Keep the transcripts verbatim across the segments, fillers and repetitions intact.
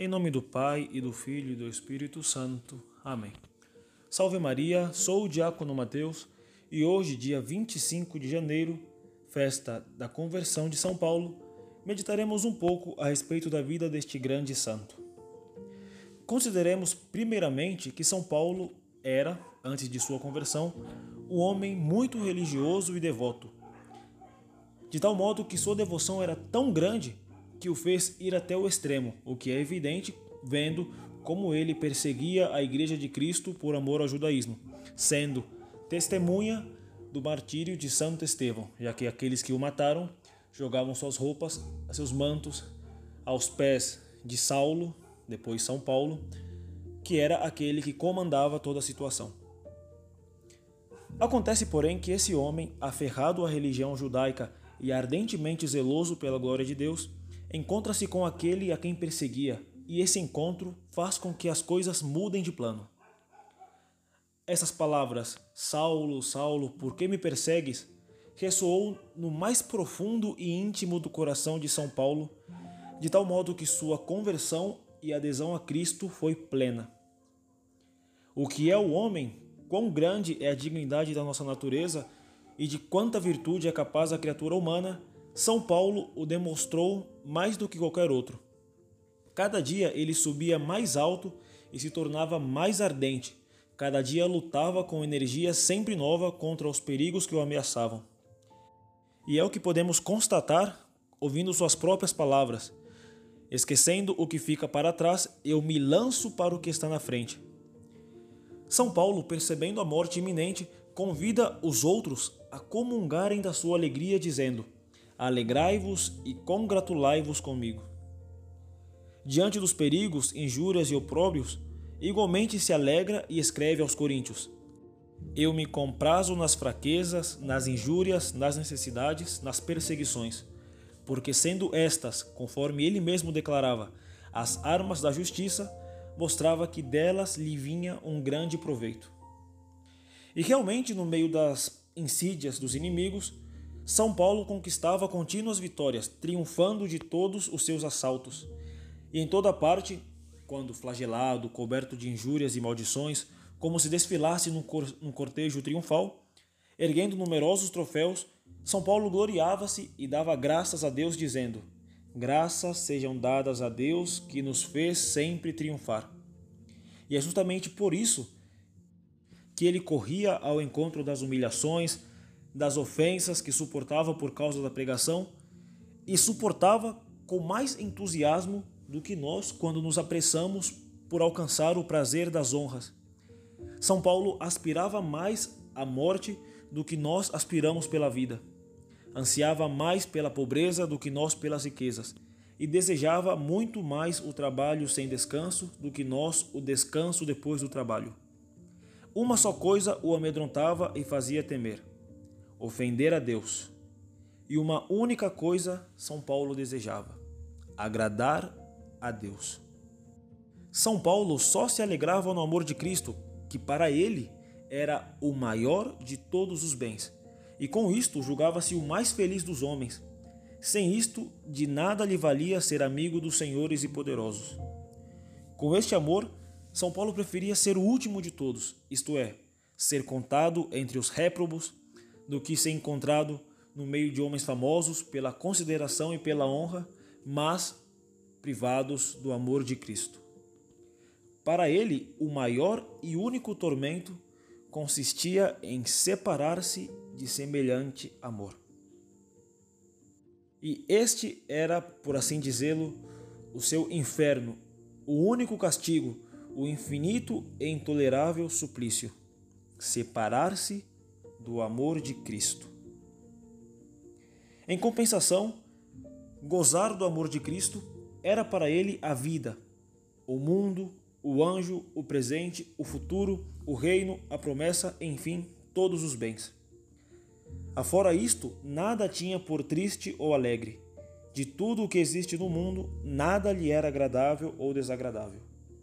Em nome do Pai, e do Filho, e do Espírito Santo. Amém. Salve Maria, sou o diácono Mateus, e hoje, dia vinte e cinco de janeiro, festa da conversão de São Paulo, meditaremos um pouco a respeito da vida deste grande santo. Consideremos primeiramente que São Paulo era, antes de sua conversão, um homem muito religioso e devoto, de tal modo que sua devoção era tão grande que o fez ir até o extremo, o que é evidente vendo como ele perseguia a Igreja de Cristo por amor ao judaísmo, sendo testemunha do martírio de Santo Estevão, já que aqueles que o mataram jogavam suas roupas, seus mantos, aos pés de Saulo, depois São Paulo, que era aquele que comandava toda a situação. Acontece, porém, que esse homem, aferrado à religião judaica e ardentemente zeloso pela glória de Deus, encontra-se com aquele a quem perseguia, e esse encontro faz com que as coisas mudem de plano. Essas palavras, Saulo, Saulo, por que me persegues?, ressoou no mais profundo e íntimo do coração de São Paulo, de tal modo que sua conversão e adesão a Cristo foi plena. O que é o homem, quão grande é a dignidade da nossa natureza e de quanta virtude é capaz a criatura humana, São Paulo o demonstrou mais do que qualquer outro. Cada dia ele subia mais alto e se tornava mais ardente. Cada dia lutava com energia sempre nova contra os perigos que o ameaçavam. E é o que podemos constatar ouvindo suas próprias palavras: esquecendo o que fica para trás, eu me lanço para o que está na frente. São Paulo, percebendo a morte iminente, convida os outros a comungarem da sua alegria, dizendo: alegrai-vos e congratulai-vos comigo. Diante dos perigos, injúrias e opróbrios, igualmente se alegra e escreve aos Coríntios: eu me comprazo nas fraquezas, nas injúrias, nas necessidades, nas perseguições, porque sendo estas, conforme ele mesmo declarava, as armas da justiça, mostrava que delas lhe vinha um grande proveito. E realmente, no meio das insídias dos inimigos, São Paulo conquistava contínuas vitórias, triunfando de todos os seus assaltos. E em toda parte, quando flagelado, coberto de injúrias e maldições, como se desfilasse num, cor, num cortejo triunfal, erguendo numerosos troféus, São Paulo gloriava-se e dava graças a Deus, dizendo: graças sejam dadas a Deus que nos fez sempre triunfar. E é justamente por isso que ele corria ao encontro das humilhações, das ofensas que suportava por causa da pregação, e suportava com mais entusiasmo do que nós quando nos apressamos por alcançar o prazer das honras. São Paulo aspirava mais à morte do que nós aspiramos pela vida. Ansiava mais pela pobreza do que nós pelas riquezas, e desejava muito mais o trabalho sem descanso do que nós o descanso depois do trabalho. Uma só coisa o amedrontava e fazia temer: ofender a Deus. E uma única coisa São Paulo desejava: agradar a Deus. São Paulo só se alegrava no amor de Cristo, que para ele era o maior de todos os bens, e com isto julgava-se o mais feliz dos homens. Sem isto, de nada lhe valia ser amigo dos senhores e poderosos. Com este amor, São Paulo preferia ser o último de todos, isto é, ser contado entre os réprobos, do que ser encontrado no meio de homens famosos pela consideração e pela honra, mas privados do amor de Cristo. Para ele, o maior e único tormento consistia em separar-se de semelhante amor. E este era, por assim dizê-lo, o seu inferno, o único castigo, o infinito e intolerável suplício: separar-se do amor de Cristo. Em compensação, gozar do amor de Cristo era para ele a vida, o mundo, o anjo, o presente, o futuro, o reino, a promessa, enfim, todos os bens. Afora isto, nada tinha por triste ou alegre. De tudo o que existe no mundo, nada lhe era agradável ou desagradável.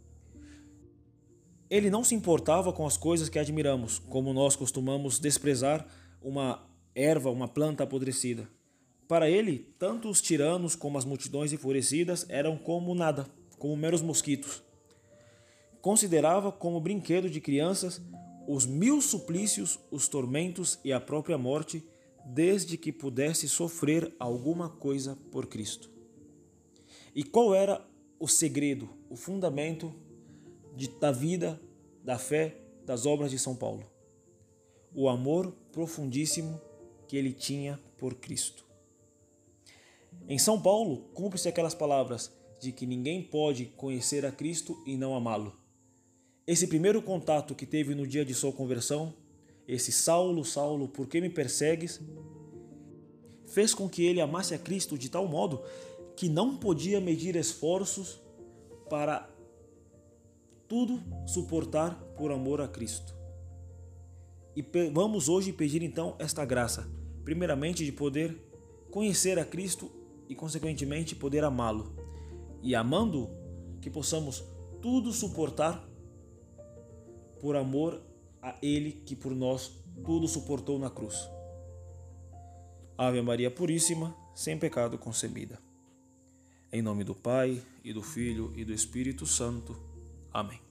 Ele não se importava com as coisas que admiramos, como nós costumamos desprezar uma erva, uma planta apodrecida. Para ele, tanto os tiranos como as multidões enfurecidas eram como nada, como meros mosquitos. Considerava como brinquedo de crianças os mil suplícios, os tormentos e a própria morte, desde que pudesse sofrer alguma coisa por Cristo. E qual era o segredo, o fundamento de, da vida, da fé, das obras de São Paulo? O amor profundíssimo que ele tinha por Cristo. Em São Paulo, cumpre-se aquelas palavras de que ninguém pode conhecer a Cristo e não amá-lo. Esse primeiro contato que teve no dia de sua conversão, esse Saulo, Saulo, por que me persegues? Fez com que ele amasse a Cristo de tal modo que não podia medir esforços para tudo suportar por amor a Cristo. E vamos hoje pedir então esta graça, primeiramente de poder conhecer a Cristo e consequentemente poder amá-lo. E amando, que possamos tudo suportar por amor a Ele que por nós tudo suportou na cruz. Ave Maria Puríssima, sem pecado concebida. Em nome do Pai, e do Filho, e do Espírito Santo. Amém.